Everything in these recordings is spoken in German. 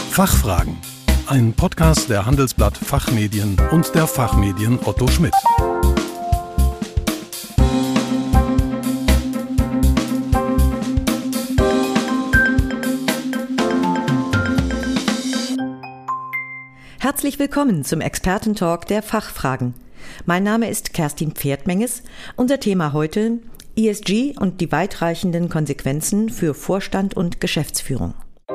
Fachfragen. Ein Podcast der Handelsblatt Fachmedien und der Fachmedien Otto Schmidt. Herzlich willkommen zum Expertentalk der Fachfragen. Mein Name ist Kerstin Pferdmenges. Unser Thema heute: ESG und die weitreichenden Konsequenzen für Vorstand und Geschäftsführung.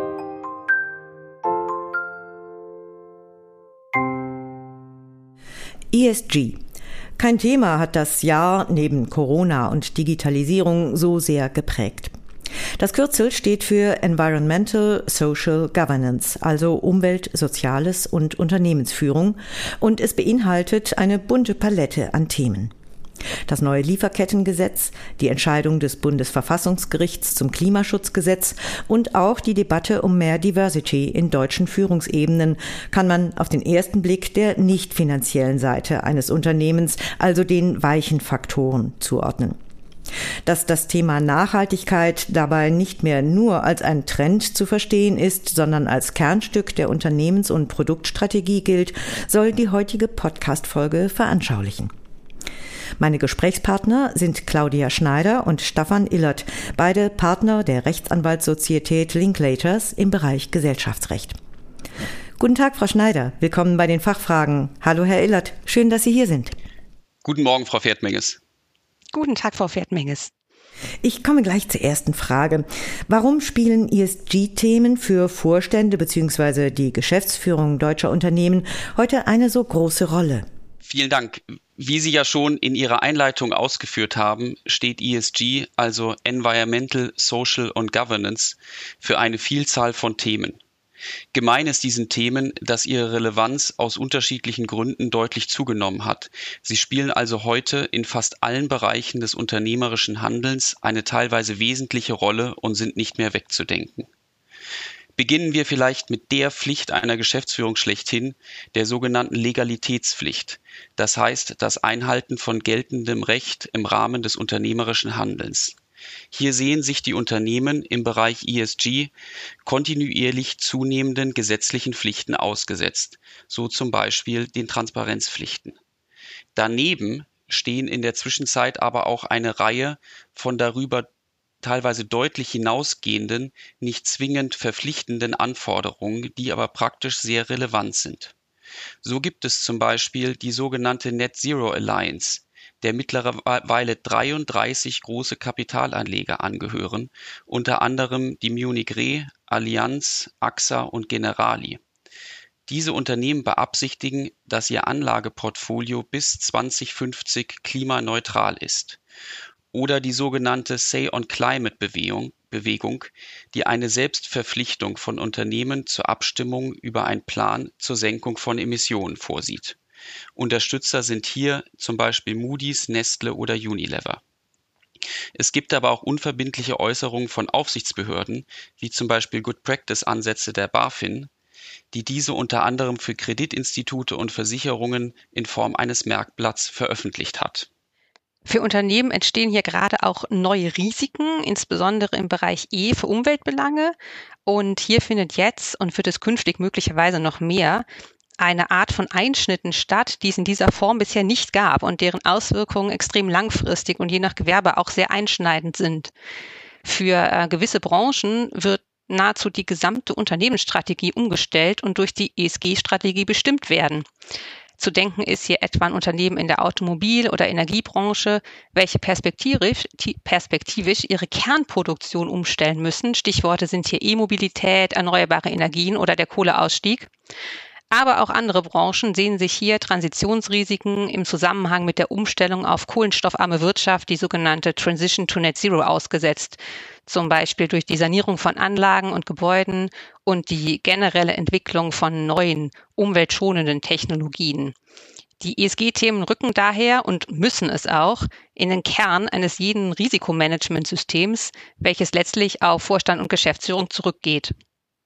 ESG. Kein Thema hat das Jahr neben Corona und Digitalisierung so sehr geprägt. Das Kürzel steht für Environmental Social Governance, also Umwelt, Soziales und Unternehmensführung, und es beinhaltet eine bunte Palette an Themen. Das neue Lieferkettengesetz, die Entscheidung des Bundesverfassungsgerichts zum Klimaschutzgesetz und auch die Debatte um mehr Diversity in deutschen Führungsebenen kann man auf den ersten Blick der nicht finanziellen Seite eines Unternehmens, also den weichen Faktoren, zuordnen. Dass das Thema Nachhaltigkeit dabei nicht mehr nur als ein Trend zu verstehen ist, sondern als Kernstück der Unternehmens- und Produktstrategie gilt, soll die heutige Podcast-Folge veranschaulichen. Meine Gesprächspartner sind Claudia Schneider und Staffan Illert, beide Partner der Rechtsanwaltssozietät Linklaters im Bereich Gesellschaftsrecht. Guten Tag, Frau Schneider. Willkommen bei den Fachfragen. Hallo, Herr Illert. Schön, dass Sie hier sind. Guten Morgen, Frau Pferdmenges. Guten Tag, Frau Pferdmenges. Ich komme gleich zur ersten Frage. Warum spielen ESG-Themen für Vorstände bzw. die Geschäftsführung deutscher Unternehmen heute eine so große Rolle? Vielen Dank. Wie Sie ja schon in Ihrer Einleitung ausgeführt haben, steht ESG, also Environmental, Social und Governance, für eine Vielzahl von Themen. Gemein ist diesen Themen, dass ihre Relevanz aus unterschiedlichen Gründen deutlich zugenommen hat. Sie spielen also heute in fast allen Bereichen des unternehmerischen Handelns eine teilweise wesentliche Rolle und sind nicht mehr wegzudenken. Beginnen wir vielleicht mit der Pflicht einer Geschäftsführung schlechthin, der sogenannten Legalitätspflicht. Das heißt, das Einhalten von geltendem Recht im Rahmen des unternehmerischen Handelns. Hier sehen sich die Unternehmen im Bereich ESG kontinuierlich zunehmenden gesetzlichen Pflichten ausgesetzt, so zum Beispiel den Transparenzpflichten. Daneben stehen in der Zwischenzeit aber auch eine Reihe von darüber teilweise deutlich hinausgehenden, nicht zwingend verpflichtenden Anforderungen, die aber praktisch sehr relevant sind. So gibt es zum Beispiel die sogenannte Net Zero Alliance, der mittlerweile 33 große Kapitalanleger angehören, unter anderem die Munich Re, Allianz, AXA und Generali. Diese Unternehmen beabsichtigen, dass ihr Anlageportfolio bis 2050 klimaneutral ist. Oder die sogenannte Say on Climate Bewegung, die eine Selbstverpflichtung von Unternehmen zur Abstimmung über einen Plan zur Senkung von Emissionen vorsieht. Unterstützer sind hier zum Beispiel Moody's, Nestle oder Unilever. Es gibt aber auch unverbindliche Äußerungen von Aufsichtsbehörden, wie zum Beispiel Good Practice Ansätze der BaFin, die diese unter anderem für Kreditinstitute und Versicherungen in Form eines Merkblatts veröffentlicht hat. Für Unternehmen entstehen hier gerade auch neue Risiken, insbesondere im Bereich E für Umweltbelange. Und hier findet jetzt und wird es künftig möglicherweise noch mehr eine Art von Einschnitten statt, die es in dieser Form bisher nicht gab und deren Auswirkungen extrem langfristig und je nach Gewerbe auch sehr einschneidend sind. Für gewisse Branchen wird nahezu die gesamte Unternehmensstrategie umgestellt und durch die ESG-Strategie bestimmt werden. Zu denken ist hier etwa an Unternehmen in der Automobil- oder Energiebranche, welche perspektivisch ihre Kernproduktion umstellen müssen. Stichworte sind hier E-Mobilität, erneuerbare Energien oder der Kohleausstieg. Aber auch andere Branchen sehen sich hier Transitionsrisiken im Zusammenhang mit der Umstellung auf kohlenstoffarme Wirtschaft, die sogenannte Transition to Net Zero, ausgesetzt. Zum Beispiel durch die Sanierung von Anlagen und Gebäuden und die generelle Entwicklung von neuen, umweltschonenden Technologien. Die ESG-Themen rücken daher und müssen es auch in den Kern eines jeden Risikomanagementsystems, welches letztlich auf Vorstand und Geschäftsführung zurückgeht.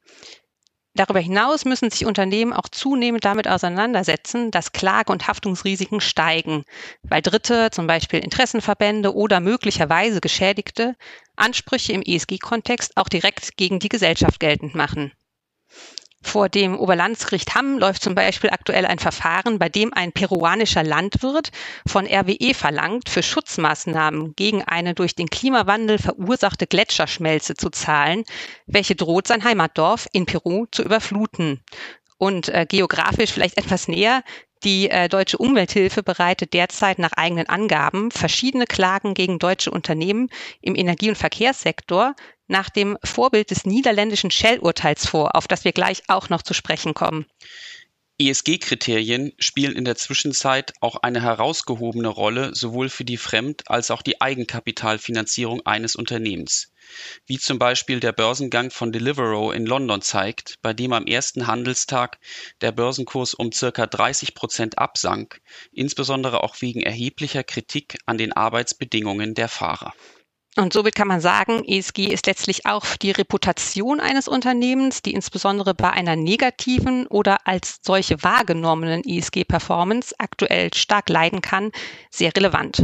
Darüber hinaus müssen sich Unternehmen auch zunehmend damit auseinandersetzen, dass Klage- und Haftungsrisiken steigen, weil Dritte, zum Beispiel Interessenverbände oder möglicherweise Geschädigte, Ansprüche im ESG-Kontext auch direkt gegen die Gesellschaft geltend machen. Vor dem Oberlandesgericht Hamm läuft zum Beispiel aktuell ein Verfahren, bei dem ein peruanischer Landwirt von RWE verlangt, für Schutzmaßnahmen gegen eine durch den Klimawandel verursachte Gletscherschmelze zu zahlen, welche droht, sein Heimatdorf in Peru zu überfluten. Und geografisch vielleicht etwas näher: Die Deutsche Umwelthilfe bereitet derzeit nach eigenen Angaben verschiedene Klagen gegen deutsche Unternehmen im Energie- und Verkehrssektor nach dem Vorbild des niederländischen Shell-Urteils vor, auf das wir gleich auch noch zu sprechen kommen. ESG-Kriterien spielen in der Zwischenzeit auch eine herausgehobene Rolle, sowohl für die Fremd- als auch die Eigenkapitalfinanzierung eines Unternehmens. Wie zum Beispiel der Börsengang von Deliveroo in London zeigt, bei dem am ersten Handelstag der Börsenkurs um ca. 30% absank, insbesondere auch wegen erheblicher Kritik an den Arbeitsbedingungen der Fahrer. Und somit kann man sagen, ESG ist letztlich auch für die Reputation eines Unternehmens, die insbesondere bei einer negativen oder als solche wahrgenommenen ESG-Performance aktuell stark leiden kann, sehr relevant.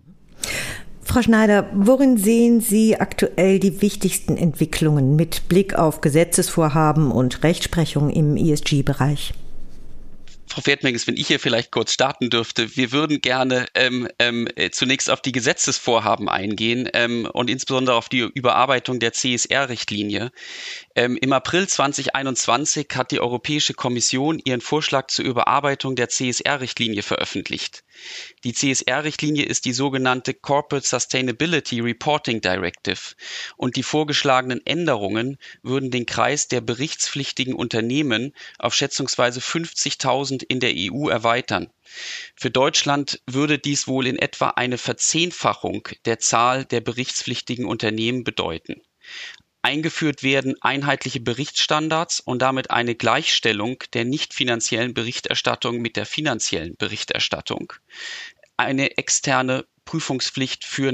Frau Schneider, worin sehen Sie aktuell die wichtigsten Entwicklungen mit Blick auf Gesetzesvorhaben und Rechtsprechung im ESG-Bereich? Frau Wertmenges, wenn ich hier vielleicht kurz starten dürfte, wir würden gerne zunächst auf die Gesetzesvorhaben eingehen und insbesondere auf die Überarbeitung der CSR-Richtlinie. Im April 2021 hat die Europäische Kommission ihren Vorschlag zur Überarbeitung der CSR-Richtlinie veröffentlicht. Die CSR-Richtlinie ist die sogenannte Corporate Sustainability Reporting Directive und die vorgeschlagenen Änderungen würden den Kreis der berichtspflichtigen Unternehmen auf schätzungsweise 50.000 in der EU erweitern. Für Deutschland würde dies wohl in etwa eine Verzehnfachung der Zahl der berichtspflichtigen Unternehmen bedeuten. Eingeführt werden einheitliche Berichtsstandards und damit eine Gleichstellung der nicht finanziellen Berichterstattung mit der finanziellen Berichterstattung. Eine externe Prüfungspflicht für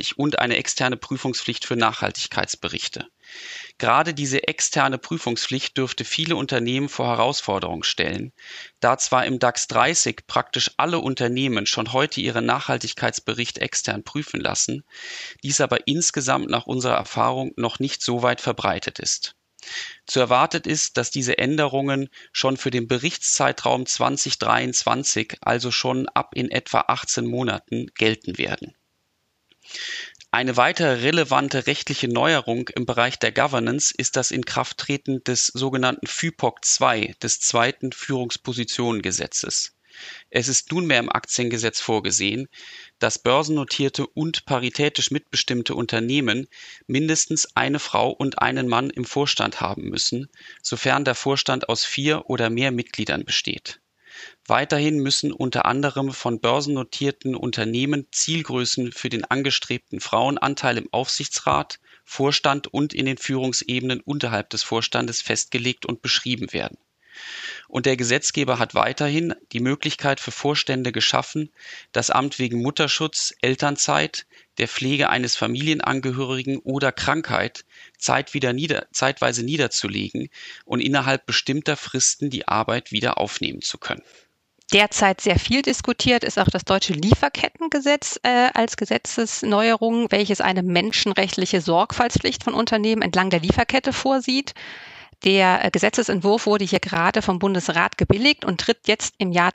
Nachhaltigkeitsberichte. Gerade diese externe Prüfungspflicht dürfte viele Unternehmen vor Herausforderungen stellen, da zwar im DAX 30 praktisch alle Unternehmen schon heute ihren Nachhaltigkeitsbericht extern prüfen lassen, dies aber insgesamt nach unserer Erfahrung noch nicht so weit verbreitet ist. Zu erwarten ist, dass diese Änderungen schon für den Berichtszeitraum 2023, also schon ab in etwa 18 Monaten, gelten werden. Eine weitere relevante rechtliche Neuerung im Bereich der Governance ist das Inkrafttreten des sogenannten FYPOC II, des zweiten Führungspositionengesetzes. Es ist nunmehr im Aktiengesetz vorgesehen, dass börsennotierte und paritätisch mitbestimmte Unternehmen mindestens eine Frau und einen Mann im Vorstand haben müssen, sofern der Vorstand aus 4 oder mehr Mitgliedern besteht. Weiterhin müssen unter anderem von börsennotierten Unternehmen Zielgrößen für den angestrebten Frauenanteil im Aufsichtsrat, Vorstand und in den Führungsebenen unterhalb des Vorstandes festgelegt und beschrieben werden. Und der Gesetzgeber hat weiterhin die Möglichkeit für Vorstände geschaffen, das Amt wegen Mutterschutz, Elternzeit, der Pflege eines Familienangehörigen oder Krankheit zeitweise niederzulegen und innerhalb bestimmter Fristen die Arbeit wieder aufnehmen zu können. Derzeit sehr viel diskutiert ist auch das deutsche Lieferkettengesetz als Gesetzesneuerung, welches eine menschenrechtliche Sorgfaltspflicht von Unternehmen entlang der Lieferkette vorsieht. Der Gesetzesentwurf wurde hier gerade vom Bundesrat gebilligt und tritt jetzt im Jahr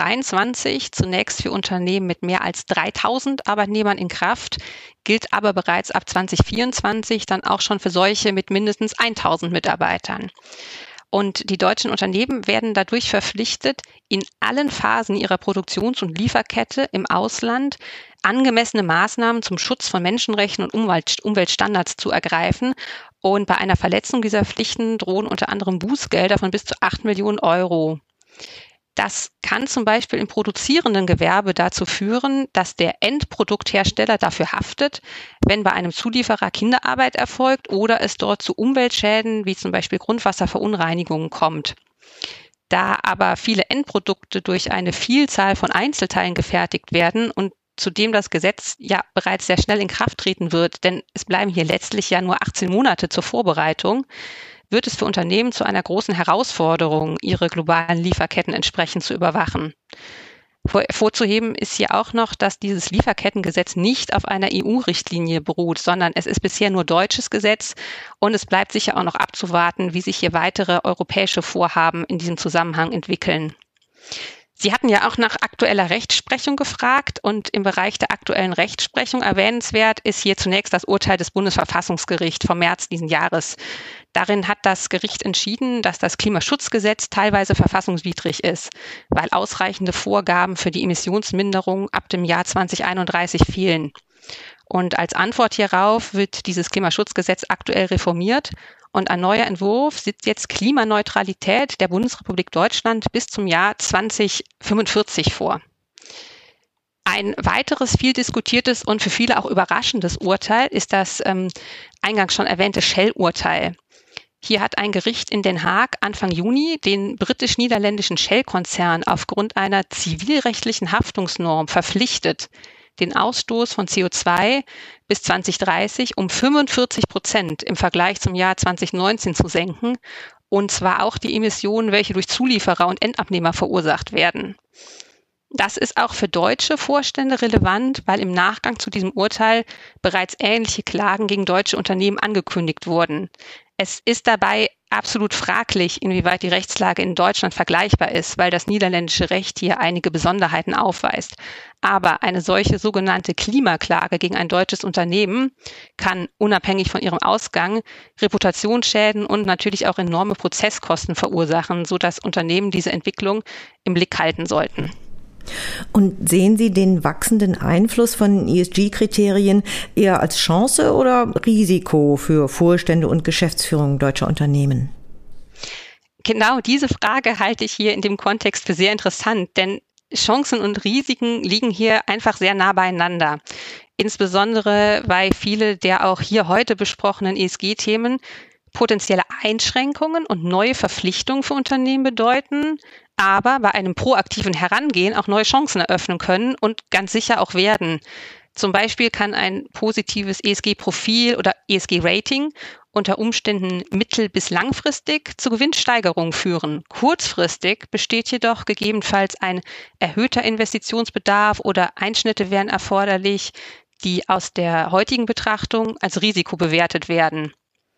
2023 zunächst für Unternehmen mit mehr als 3.000 Arbeitnehmern in Kraft, gilt aber bereits ab 2024 dann auch schon für solche mit mindestens 1.000 Mitarbeitern. Und die deutschen Unternehmen werden dadurch verpflichtet, in allen Phasen ihrer Produktions- und Lieferkette im Ausland angemessene Maßnahmen zum Schutz von Menschenrechten und Umweltstandards zu ergreifen. Und bei einer Verletzung dieser Pflichten drohen unter anderem Bußgelder von bis zu 8 Millionen Euro. Das kann zum Beispiel im produzierenden Gewerbe dazu führen, dass der Endprodukthersteller dafür haftet, wenn bei einem Zulieferer Kinderarbeit erfolgt oder es dort zu Umweltschäden wie zum Beispiel Grundwasserverunreinigungen kommt. Da aber viele Endprodukte durch eine Vielzahl von Einzelteilen gefertigt werden und zudem das Gesetz ja bereits sehr schnell in Kraft treten wird, denn es bleiben hier letztlich ja nur 18 Monate zur Vorbereitung, wird es für Unternehmen zu einer großen Herausforderung, ihre globalen Lieferketten entsprechend zu überwachen. Vorzuheben ist hier auch noch, dass dieses Lieferkettengesetz nicht auf einer EU-Richtlinie beruht, sondern es ist bisher nur deutsches Gesetz und es bleibt sicher auch noch abzuwarten, wie sich hier weitere europäische Vorhaben in diesem Zusammenhang entwickeln. Sie hatten ja auch nach aktueller Rechtsprechung gefragt und im Bereich der aktuellen Rechtsprechung erwähnenswert ist hier zunächst das Urteil des Bundesverfassungsgerichts vom März diesen Jahres. Darin hat das Gericht entschieden, dass das Klimaschutzgesetz teilweise verfassungswidrig ist, weil ausreichende Vorgaben für die Emissionsminderung ab dem Jahr 2031 fehlen. Und als Antwort hierauf wird dieses Klimaschutzgesetz aktuell reformiert und ein neuer Entwurf sieht jetzt Klimaneutralität der Bundesrepublik Deutschland bis zum Jahr 2045 vor. Ein weiteres viel diskutiertes und für viele auch überraschendes Urteil ist das eingangs schon erwähnte Shell-Urteil. Hier hat ein Gericht in Den Haag Anfang Juni den britisch-niederländischen Shell-Konzern aufgrund einer zivilrechtlichen Haftungsnorm verpflichtet, den Ausstoß von CO2 bis 2030 um 45% im Vergleich zum Jahr 2019 zu senken, und zwar auch die Emissionen, welche durch Zulieferer und Endabnehmer verursacht werden. Das ist auch für deutsche Vorstände relevant, weil im Nachgang zu diesem Urteil bereits ähnliche Klagen gegen deutsche Unternehmen angekündigt wurden. Es ist dabei absolut fraglich, inwieweit die Rechtslage in Deutschland vergleichbar ist, weil das niederländische Recht hier einige Besonderheiten aufweist. Aber eine solche sogenannte Klimaklage gegen ein deutsches Unternehmen kann unabhängig von ihrem Ausgang Reputationsschäden und natürlich auch enorme Prozesskosten verursachen, sodass Unternehmen diese Entwicklung im Blick halten sollten. Und sehen Sie den wachsenden Einfluss von ESG-Kriterien eher als Chance oder Risiko für Vorstände und Geschäftsführung deutscher Unternehmen? Genau diese Frage halte ich hier in dem Kontext für sehr interessant, denn Chancen und Risiken liegen hier einfach sehr nah beieinander. Insbesondere, weil viele der auch hier heute besprochenen ESG-Themen potenzielle Einschränkungen und neue Verpflichtungen für Unternehmen bedeuten, aber bei einem proaktiven Herangehen auch neue Chancen eröffnen können und ganz sicher auch werden. Zum Beispiel kann ein positives ESG-Profil oder ESG-Rating unter Umständen mittel- bis langfristig zu Gewinnsteigerungen führen. Kurzfristig besteht jedoch gegebenenfalls ein erhöhter Investitionsbedarf oder Einschnitte wären erforderlich, die aus der heutigen Betrachtung als Risiko bewertet werden.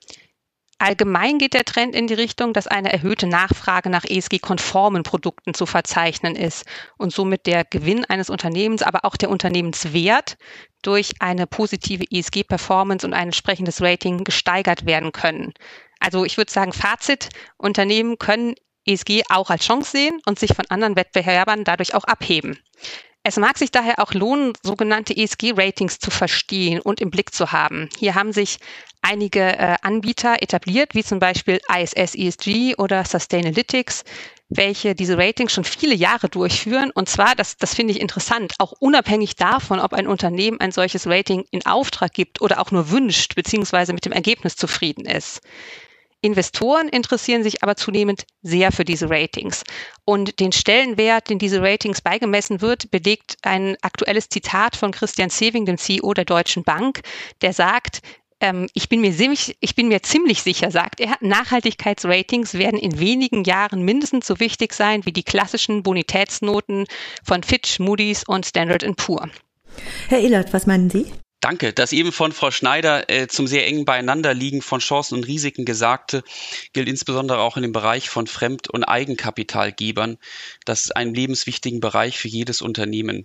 Allgemein geht der Trend in die Richtung, dass eine erhöhte Nachfrage nach ESG-konformen Produkten zu verzeichnen ist und somit der Gewinn eines Unternehmens, aber auch der Unternehmenswert durch eine positive ESG-Performance und ein entsprechendes Rating gesteigert werden können. Also ich würde sagen, Fazit, Unternehmen können ESG auch als Chance sehen und sich von anderen Wettbewerbern dadurch auch abheben. Es mag sich daher auch lohnen, sogenannte ESG-Ratings zu verstehen und im Blick zu haben. Hier haben sich einige Anbieter etabliert, wie zum Beispiel ISS ESG oder Sustainalytics, welche diese Ratings schon viele Jahre durchführen. Und zwar, das finde ich interessant, auch unabhängig davon, ob ein Unternehmen ein solches Rating in Auftrag gibt oder auch nur wünscht, beziehungsweise mit dem Ergebnis zufrieden ist. Investoren interessieren sich aber zunehmend sehr für diese Ratings. Und den Stellenwert, den diese Ratings beigemessen wird, belegt ein aktuelles Zitat von Christian Sewing, dem CEO der Deutschen Bank, der sagt, ich bin mir ziemlich sicher, sagt er, Nachhaltigkeitsratings werden in wenigen Jahren mindestens so wichtig sein wie die klassischen Bonitätsnoten von Fitch, Moody's und Standard & Poor. Herr Illert, was meinen Sie? Danke. Das eben von Frau Schneider zum sehr engen Beieinanderliegen von Chancen und Risiken Gesagte gilt insbesondere auch in dem Bereich von Fremd- und Eigenkapitalgebern. Das ist ein lebenswichtigen Bereich für jedes Unternehmen.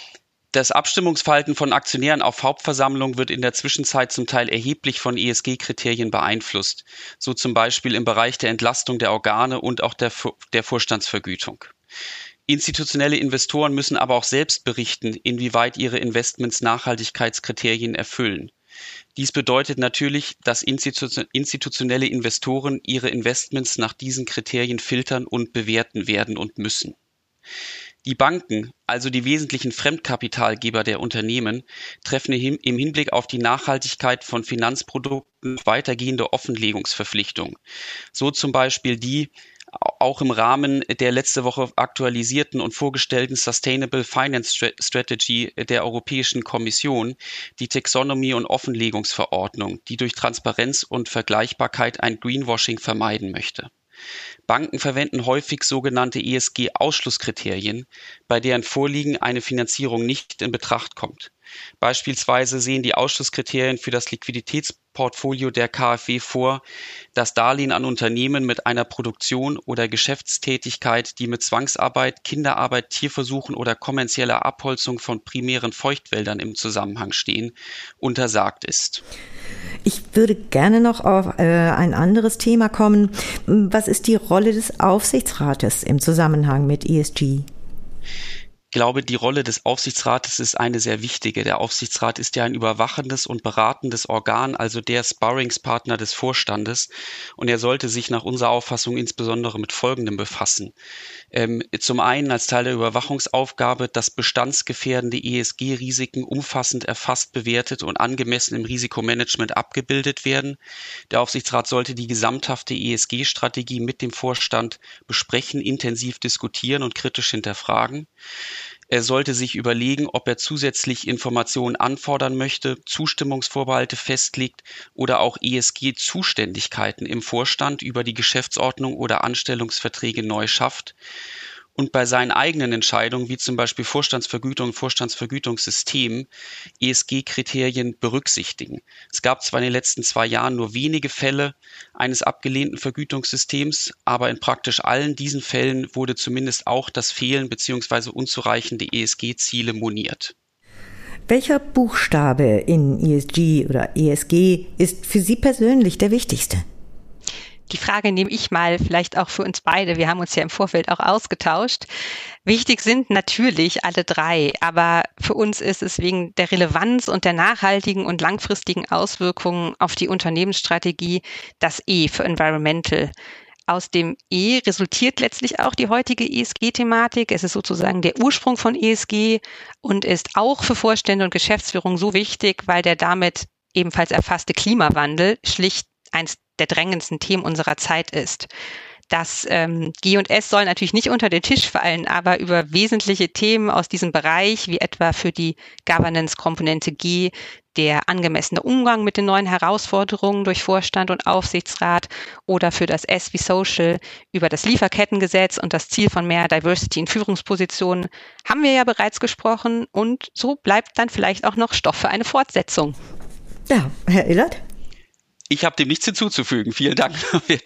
Das Abstimmungsverhalten von Aktionären auf Hauptversammlungen wird in der Zwischenzeit zum Teil erheblich von ESG-Kriterien beeinflusst. So zum Beispiel im Bereich der Entlastung der Organe und auch der Vorstandsvergütung. Institutionelle Investoren müssen aber auch selbst berichten, inwieweit ihre Investments Nachhaltigkeitskriterien erfüllen. Dies bedeutet natürlich, dass institutionelle Investoren ihre Investments nach diesen Kriterien filtern und bewerten werden und müssen. Die Banken, also die wesentlichen Fremdkapitalgeber der Unternehmen, treffen im Hinblick auf die Nachhaltigkeit von Finanzprodukten weitergehende Offenlegungsverpflichtungen. So zum Beispiel die auch im Rahmen der letzte Woche aktualisierten und vorgestellten Sustainable Finance Strategy der Europäischen Kommission, die Taxonomie- und Offenlegungsverordnung, die durch Transparenz und Vergleichbarkeit ein Greenwashing vermeiden möchte. Banken verwenden häufig sogenannte ESG-Ausschlusskriterien, bei deren Vorliegen eine Finanzierung nicht in Betracht kommt. Beispielsweise sehen die Ausschlusskriterien für das Liquiditätsportfolio der KfW vor, dass Darlehen an Unternehmen mit einer Produktion oder Geschäftstätigkeit, die mit Zwangsarbeit, Kinderarbeit, Tierversuchen oder kommerzieller Abholzung von primären Feuchtwäldern im Zusammenhang stehen, untersagt ist. Ich würde gerne noch auf ein anderes Thema kommen. Was ist die Rolle des Aufsichtsrates im Zusammenhang mit ESG? Ich glaube, die Rolle des Aufsichtsrates ist eine sehr wichtige. Der Aufsichtsrat ist ja ein überwachendes und beratendes Organ, also der Sparringspartner des Vorstandes. Und er sollte sich nach unserer Auffassung insbesondere mit Folgendem befassen. Zum einen als Teil der Überwachungsaufgabe, dass bestandsgefährdende ESG-Risiken umfassend erfasst, bewertet und angemessen im Risikomanagement abgebildet werden. Der Aufsichtsrat sollte die gesamthafte ESG-Strategie mit dem Vorstand besprechen, intensiv diskutieren und kritisch hinterfragen. Er sollte sich überlegen, ob er zusätzlich Informationen anfordern möchte, Zustimmungsvorbehalte festlegt oder auch ESG-Zuständigkeiten im Vorstand über die Geschäftsordnung oder Anstellungsverträge neu schafft. Und bei seinen eigenen Entscheidungen, wie zum Beispiel Vorstandsvergütung, Vorstandsvergütungssystem, ESG-Kriterien berücksichtigen. Es gab zwar in den letzten 2 Jahren nur wenige Fälle eines abgelehnten Vergütungssystems, aber in praktisch allen diesen Fällen wurde zumindest auch das Fehlen bzw. unzureichende ESG-Ziele moniert. Welcher Buchstabe in ESG oder ESG ist für Sie persönlich der wichtigste? Die Frage nehme ich mal vielleicht auch für uns beide. Wir haben uns ja im Vorfeld auch ausgetauscht. Wichtig sind natürlich alle 3, aber für uns ist es wegen der Relevanz und der nachhaltigen und langfristigen Auswirkungen auf die Unternehmensstrategie das E für Environmental. Aus dem E resultiert letztlich auch die heutige ESG-Thematik. Es ist sozusagen der Ursprung von ESG und ist auch für Vorstände und Geschäftsführung so wichtig, weil der damit ebenfalls erfasste Klimawandel schlicht eins der drängendsten Themen unserer Zeit ist. Das G und S soll natürlich nicht unter den Tisch fallen, aber über wesentliche Themen aus diesem Bereich, wie etwa für die Governance-Komponente G, der angemessene Umgang mit den neuen Herausforderungen durch Vorstand und Aufsichtsrat oder für das S wie Social über das Lieferkettengesetz und das Ziel von mehr Diversity in Führungspositionen, haben wir ja bereits gesprochen und so bleibt dann vielleicht auch noch Stoff für eine Fortsetzung. Ja, Herr Illert? Ich habe dem nichts hinzuzufügen. Vielen Dank.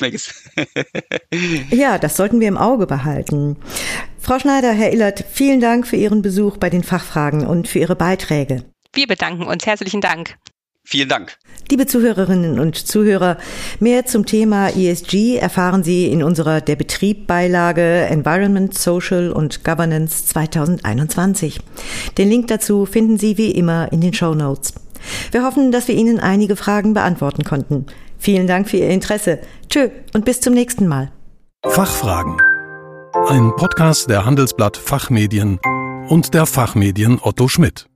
Ja, das sollten wir im Auge behalten. Frau Schneider, Herr Illert, vielen Dank für Ihren Besuch bei den Fachfragen und für Ihre Beiträge. Wir bedanken uns. Herzlichen Dank. Vielen Dank. Liebe Zuhörerinnen und Zuhörer, mehr zum Thema ESG erfahren Sie in unserer Der Betrieb-Beilage Environment, Social und Governance 2021. Den Link dazu finden Sie wie immer in den Shownotes. Wir hoffen, dass wir Ihnen einige Fragen beantworten konnten. Vielen Dank für Ihr Interesse. Tschö und bis zum nächsten Mal. Fachfragen. Ein Podcast der Handelsblatt Fachmedien und der Fachmedien Otto Schmidt.